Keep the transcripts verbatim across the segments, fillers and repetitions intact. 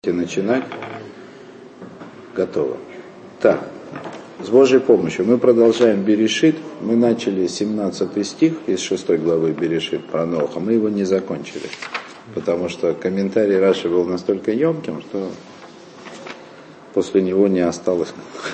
Начинать. Готово. Так, с Божьей помощью мы продолжаем Берешит. Мы начали семнадцатый стих из шестой главы Берешит про Ноха. Мы его не закончили, потому что комментарий Раши был настолько емким, что после него не осталось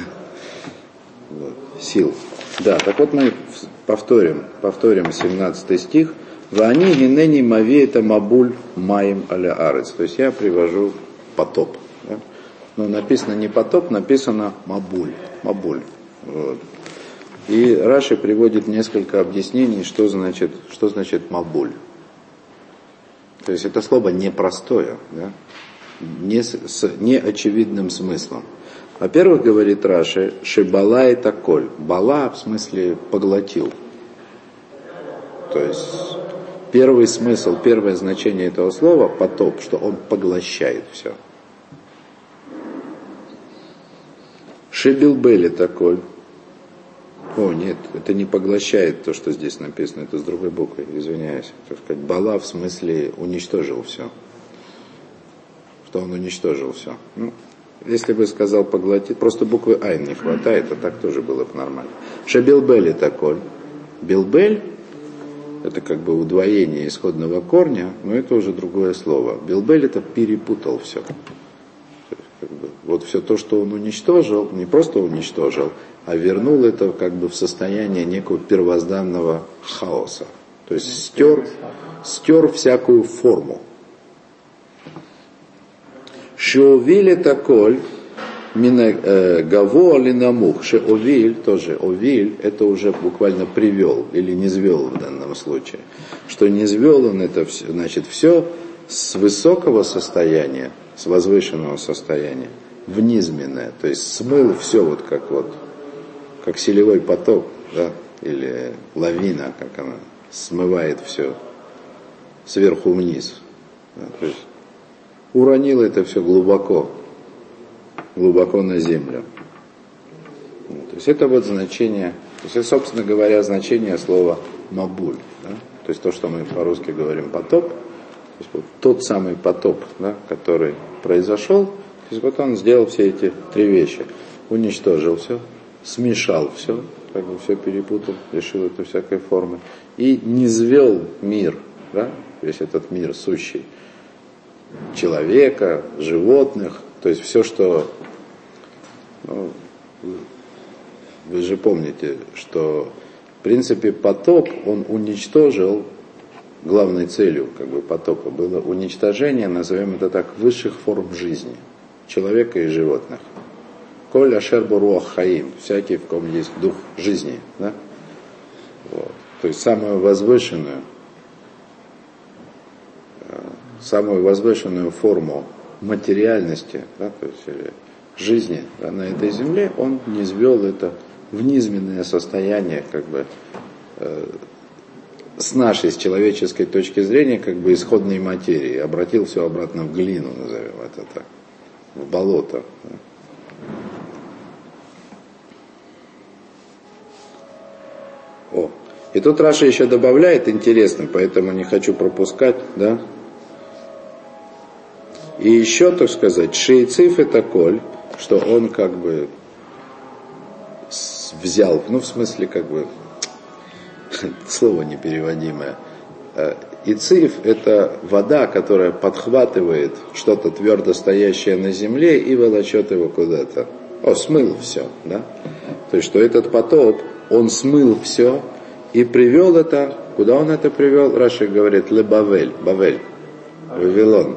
сил. Да, так вот мы повторим, повторим семнадцатый стих. Вани гинени мави это мабуль маим аля арец. То есть я привожу потоп. Да? Но написано не потоп, написано мабуль. Мабуль. Вот. И Раши приводит несколько объяснений, что значит, что значит мабуль. То есть это слово непростое, да? Не с, с неочевидным смыслом. Во-первых, говорит Раши, шибала это коль. Бала в смысле поглотил. То есть первый смысл, первое значение этого слова потоп, что он поглощает все. Шибилбели такой. О, нет, это не поглощает то, что здесь написано, это с другой буквой, извиняюсь. Так сказать, бала в смысле уничтожил все. Что он уничтожил все. Ну, если бы сказал поглотить, просто буквы айн не хватает, а так тоже было бы нормально. Шибилбели такой. Билбель это как бы удвоение исходного корня, но это уже другое слово. Билбель это перепутал все. Как бы, вот все то, что он уничтожил, не просто уничтожил, а вернул это как бы в состояние некого первозданного хаоса. То есть стер, стер всякую форму. Шеовиль такой, гаво алинамух, шеовиль, тоже овиль, это уже буквально привел или не звел в данном случае. Что не звел он это все, значит все с высокого состояния, с возвышенного состояния в низменное, то есть смыл все вот как вот, как селевой поток, да, или лавина, как она смывает все сверху вниз, да, то есть уронил это все глубоко, глубоко на землю. То есть это вот значение, то есть это, собственно говоря, значение слова мабуль, да, то есть то, что мы по-русски говорим потоп. То есть вот тот самый потоп, да, который произошел, то есть вот он сделал все эти три вещи. Уничтожил все, смешал все, как бы все перепутал, лишил это всякой формы. И низвел мир, да, весь этот мир сущий, человека, животных, то есть все, что... Ну, вы же помните, что в принципе потоп, он уничтожил. Главной целью как бы потопа было уничтожение, назовем это так, высших форм жизни, человека и животных. Коль ашер бо руах хаим, всякий, в ком есть дух жизни, да? Вот. То есть самую возвышенную, самую возвышенную форму материальности, да, то есть или жизни, да, на этой земле, он низвел это в низменное состояние, как бы с нашей, с человеческой точки зрения, как бы исходной материи, обратил все обратно в глину, назовем это так, в болото. Да. О, и тут Раша еще добавляет, интересно, поэтому не хочу пропускать, да. И еще, так сказать, шейциф это коль, что он как бы взял, ну в смысле как бы, слово непереводимое. Ициф – это вода, которая подхватывает что-то твердо стоящее на земле и волочет его куда-то. О, смыл все, да? То есть, что этот потоп, он смыл все и привел это, куда он это привел? Раши говорит, ле Бавель, Бавель, Вавилон.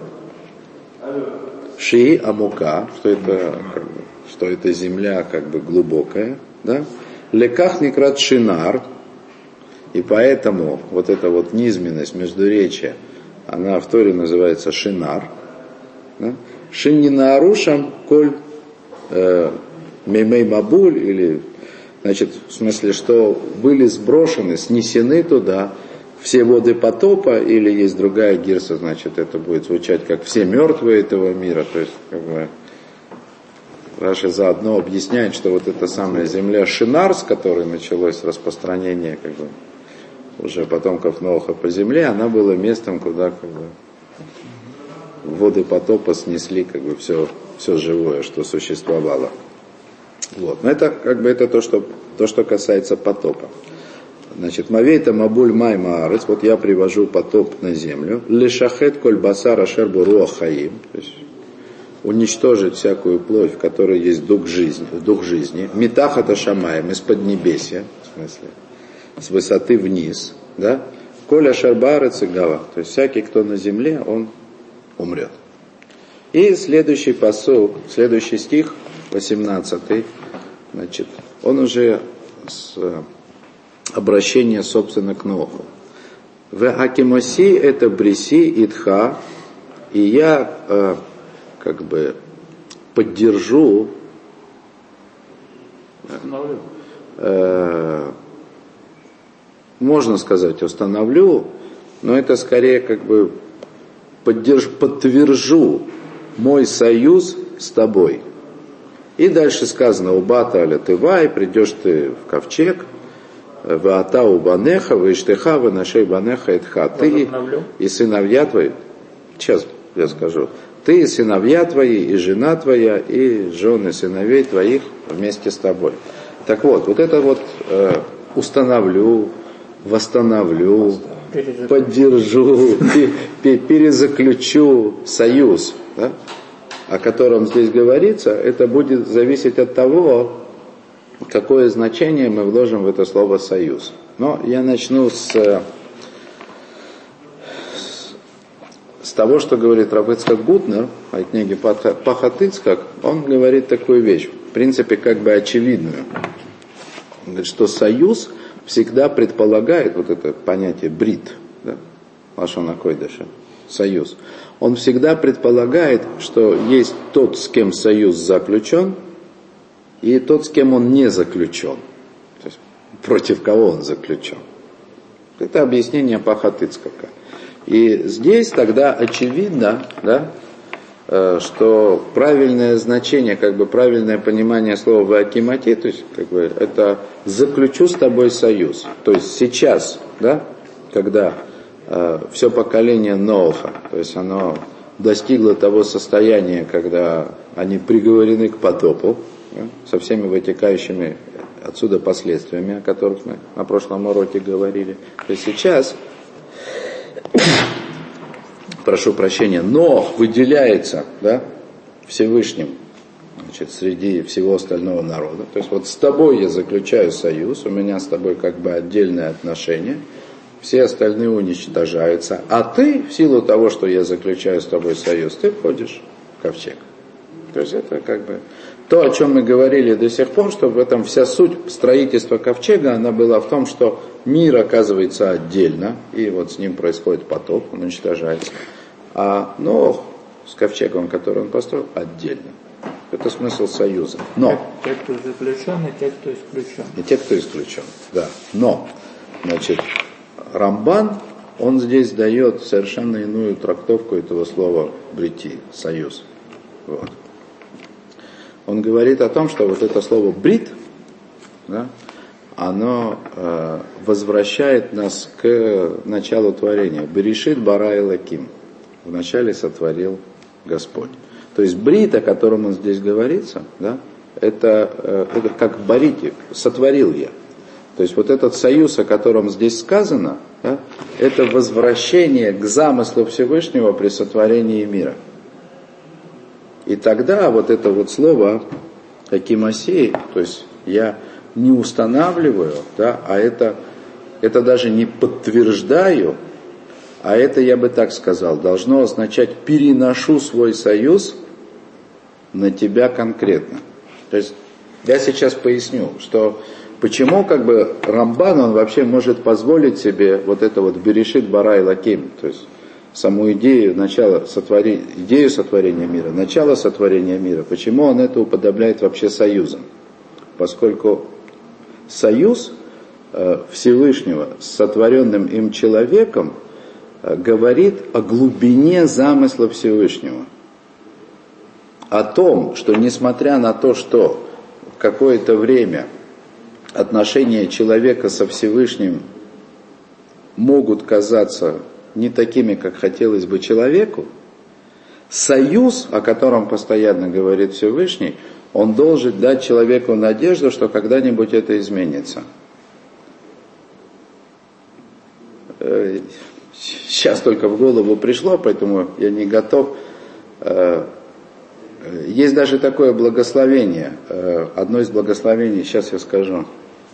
Ши амука, что это, как бы, что это земля как бы глубокая, да? Леках некрат шинар. И поэтому вот эта вот низменность, междуречия, она в Торе называется шинар. Да? Шиннинаарушам коль э, меймей мабуль, или, значит, в смысле, что были сброшены, снесены туда все воды потопа, или есть другая гирса, значит, это будет звучать как все мертвые этого мира. То есть, как бы, Раши заодно объясняет, что вот эта самая земля Шинар, с которой началось распространение, как бы, уже потомков Ноха по земле, она была местом, куда как бы воды потопа снесли как бы все, все живое, что существовало. Вот. Но это как бы это то, что, то, что касается потопа. Значит, мавейта мабуль май маарец, вот я привожу потоп на землю, лешахет коль басар ашер буруах хаим, то есть уничтожить всякую плоть, в которой есть дух жизни, дух жизни, митахата шамаем, из-под небесия, в смысле, с высоты вниз, да, коль ашер баарец и гава, то есть всякий, кто на земле, он умрет. И следующий пасук, следующий стих, восемнадцатый, значит, он уже с обращение, собственно, к Ноху. В Акимоси это бриси итха, и я э, как бы поддержу, э, можно сказать, установлю, но это скорее как бы поддерж, подтвержу мой союз с тобой. И дальше сказано, убата аля тывай, придешь ты в ковчег, ваата у банеха, ваиштеха, ванашей банеха итха. Ты и сыновья твои, сейчас я скажу, ты и сыновья твои, и жена твоя, и жены сыновей твоих вместе с тобой. Так вот, вот это вот э, установлю, восстановлю, поддержу, перезаключу союз, да, о котором здесь говорится, это будет зависеть от того, какое значение мы вложим в это слово «союз». Но я начну с, с того, что говорит Рав Ицхак Гутнер о книге Пахат Ицхак. Он говорит такую вещь, в принципе, как бы очевидную. Он говорит, что союз всегда предполагает, вот это понятие брит, да, лашон койдеша, союз, он всегда предполагает, что есть тот, с кем союз заключен, и тот, с кем он не заключен. То есть, против кого он заключен. Это объяснение Пахат Ицхака. И здесь тогда очевидно, да, что правильное значение, как бы правильное понимание слова «ваакимати», то есть как бы, это «заключу с тобой союз». То есть сейчас, да, когда э, все поколение Ноаха, то есть оно достигло того состояния, когда они приговорены к потопу, со всеми вытекающими отсюда последствиями, о которых мы на прошлом уроке говорили. То есть сейчас, прошу прощения, Нох выделяется, да, Всевышним, значит, среди всего остального народа. То есть вот с тобой я заключаю союз, у меня с тобой как бы отдельное отношение, все остальные уничтожаются, а ты, в силу того, что я заключаю с тобой союз, ты входишь в ковчег. То есть это как бы то, о чем мы говорили до сих пор, что в этом вся суть строительства ковчега, она была в том, что мир оказывается отдельно, и вот с ним происходит потоп, он уничтожается. А Нох с ковчегом, который он построил, отдельно. Это смысл союза. Но те, кто заключен, и те, кто исключен. И те, кто исключен, да. Но, значит, Рамбан, он здесь дает совершенно иную трактовку этого слова брити, союз. Вот. Он говорит о том, что вот это слово брит, да, оно э, возвращает нас к началу творения. Берешит бара элоким. Вначале сотворил Господь. То есть брит, о котором он здесь говорится, да, это, э, это как баритик, сотворил я. То есть вот этот союз, о котором здесь сказано, да, это возвращение к замыслу Всевышнего при сотворении мира. И тогда вот это вот слово «акимасей», то есть я не устанавливаю, да, а это, это даже не подтверждаю, а это, я бы так сказал, должно означать «переношу свой союз на тебя конкретно». То есть я сейчас поясню, что почему как бы Рамбан, он вообще может позволить себе вот это вот «берешит бара элоким», то есть саму идею начала сотворения, идею сотворения мира, начало сотворения мира, почему он это уподобляет вообще союзом? Поскольку союз э, Всевышнего с сотворенным им человеком э, говорит о глубине замысла Всевышнего. О том, что несмотря на то, что какое-то время отношения человека со Всевышним могут казаться не такими, как хотелось бы человеку, союз, о котором постоянно говорит Всевышний, он должен дать человеку надежду, что когда-нибудь это изменится. Сейчас только в голову пришло, поэтому я не готов. Есть даже такое благословение, одно из благословений, сейчас я скажу.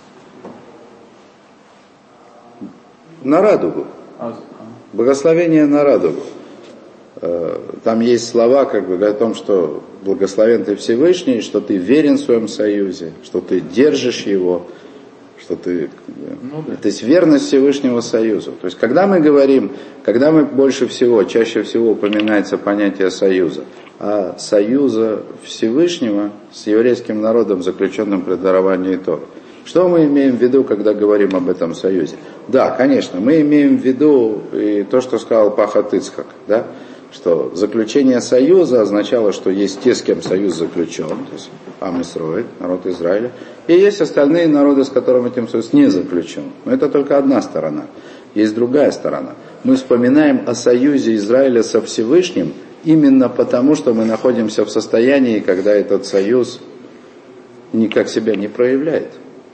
На радугу. Благословение на радугу. Там есть слова как бы о том, что благословен ты Всевышний, что ты верен в своем союзе, что ты держишь его, что ты... Ну, да. То есть верность Всевышнего союзу. То есть когда мы говорим, когда мы больше всего, чаще всего упоминается понятие союза, а союза Всевышнего с еврейским народом, заключенным при даровании Торы. Что мы имеем в виду, когда говорим об этом союзе? Да, конечно, мы имеем в виду и то, что сказал Пахат Ицхак, да, что заключение союза означало, что есть те, с кем союз заключен, то есть Ам Исроэль, народ Израиля, и есть остальные народы, с которыми этим союз не заключен. Но это только одна сторона. Есть другая сторона. Мы вспоминаем о союзе Израиля со Всевышним именно потому, что мы находимся в состоянии, когда этот союз никак себя не проявляет.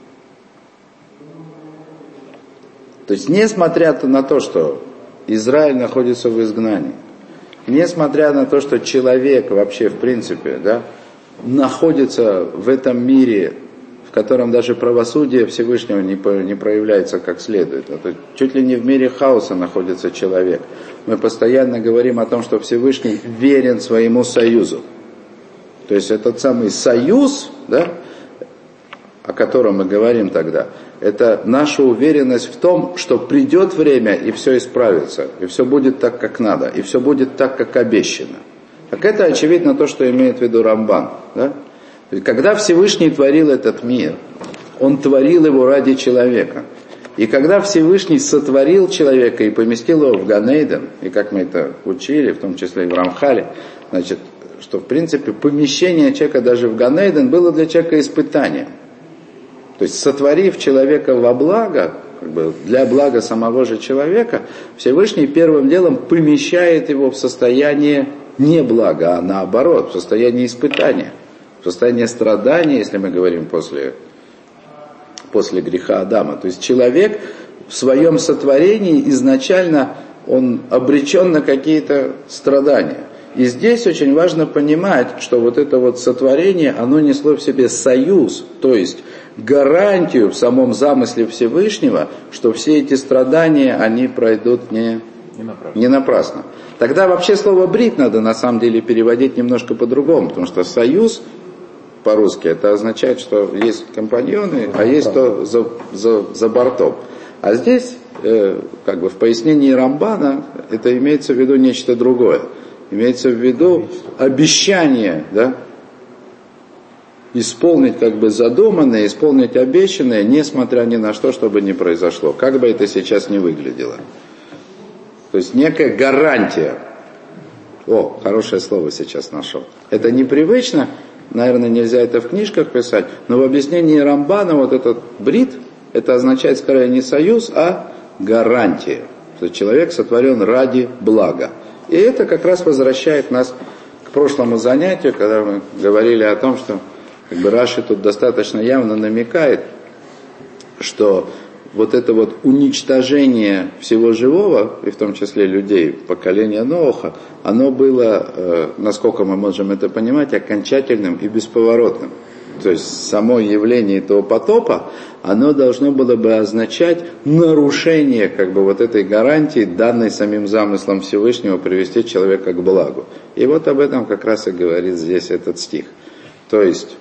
То есть, несмотря на то, что Израиль находится в изгнании, несмотря на то, что человек вообще, в принципе, да, находится в этом мире, в котором даже правосудие Всевышнего не, не проявляется как следует. Это чуть ли не в мире хаоса находится человек. Мы постоянно говорим о том, что Всевышний верен своему союзу. То есть этот самый союз, да, о котором мы говорим тогда, это наша уверенность в том, что придет время и все исправится, и все будет так, как надо, и все будет так, как обещано. Так это очевидно то, что имеет в виду Рамбан. Да? Когда Всевышний творил этот мир, Он творил его ради человека. И когда Всевышний сотворил человека и поместил его в Ганейден, и как мы это учили, в том числе и в Рамхале, значит, что в принципе помещение человека даже в Ганейден было для человека испытанием. То есть, сотворив человека во благо, как бы для блага самого же человека, Всевышний первым делом помещает его в состояние не блага, а наоборот, в состояние испытания, в состояние страдания, если мы говорим после, после греха Адама. То есть, человек в своем сотворении изначально он обречен на какие-то страдания. И здесь очень важно понимать, что вот это вот сотворение, оно несло в себе союз, то есть гарантию в самом замысле Всевышнего, что все эти страдания, они пройдут не, не, напрасно. не напрасно. Тогда вообще слово «брит» надо на самом деле переводить немножко по-другому, потому что союз по-русски это означает, что есть компаньоны, а есть то за, за, за бортом. А здесь, э, как бы в пояснении Рамбана, это имеется в виду нечто другое. Имеется в виду обещание, да, исполнить как бы задуманное, исполнить обещанное, несмотря ни на что, чтобы не произошло. Как бы это сейчас ни выглядело. То есть некая гарантия. О, хорошее слово сейчас нашел. Это непривычно, наверное, нельзя это в книжках писать, но в объяснении Рамбана вот этот брит, это означает скорее не союз, а гарантия. Что человек сотворен ради блага. И это как раз возвращает нас к прошлому занятию, когда мы говорили о том, что как бы Раши тут достаточно явно намекает, что вот это вот уничтожение всего живого, и в том числе людей, поколения Ноаха, оно было, э, насколько мы можем это понимать, окончательным и бесповоротным. То есть само явление этого потопа, оно должно было бы означать нарушение как бы вот этой гарантии, данной самим замыслом Всевышнего привести человека к благу. И вот об этом как раз и говорит здесь этот стих. То есть,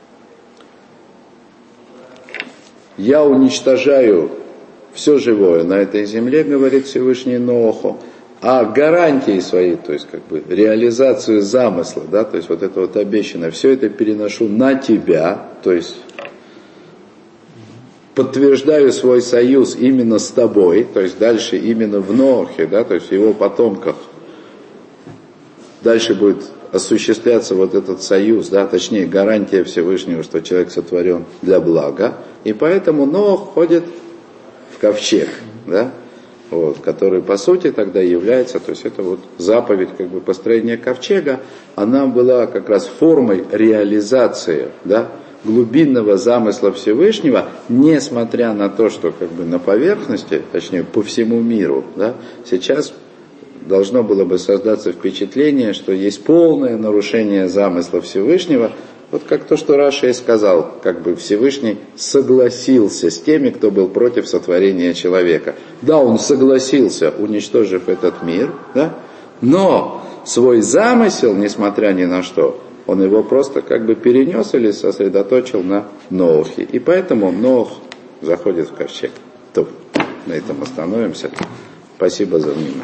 я уничтожаю все живое на этой земле, говорит Всевышний Ноаху, а гарантии свои, то есть как бы реализацию замысла, да, то есть вот это вот обещанное, все это переношу на тебя, то есть подтверждаю свой союз именно с тобой, то есть дальше именно в Ноахе, да, то есть в его потомках, дальше будет осуществляться вот этот союз, да, точнее гарантия Всевышнего, что человек сотворен для блага, и поэтому Ноах ходит в ковчег, да. вот, который по сути тогда является, то есть это вот заповедь как бы построения ковчега, она была как раз формой реализации, да, глубинного замысла Всевышнего, несмотря на то, что как бы на поверхности, точнее по всему миру, да, сейчас должно было бы создаться впечатление, что есть полное нарушение замысла Всевышнего. Вот как то, что Раши и сказал, как бы Всевышний согласился с теми, кто был против сотворения человека. Да, он согласился, уничтожив этот мир, да, но свой замысел, несмотря ни на что, он его просто как бы перенес или сосредоточил на Ноахе. И поэтому Ноах заходит в ковчег. То, на этом остановимся. Спасибо за внимание.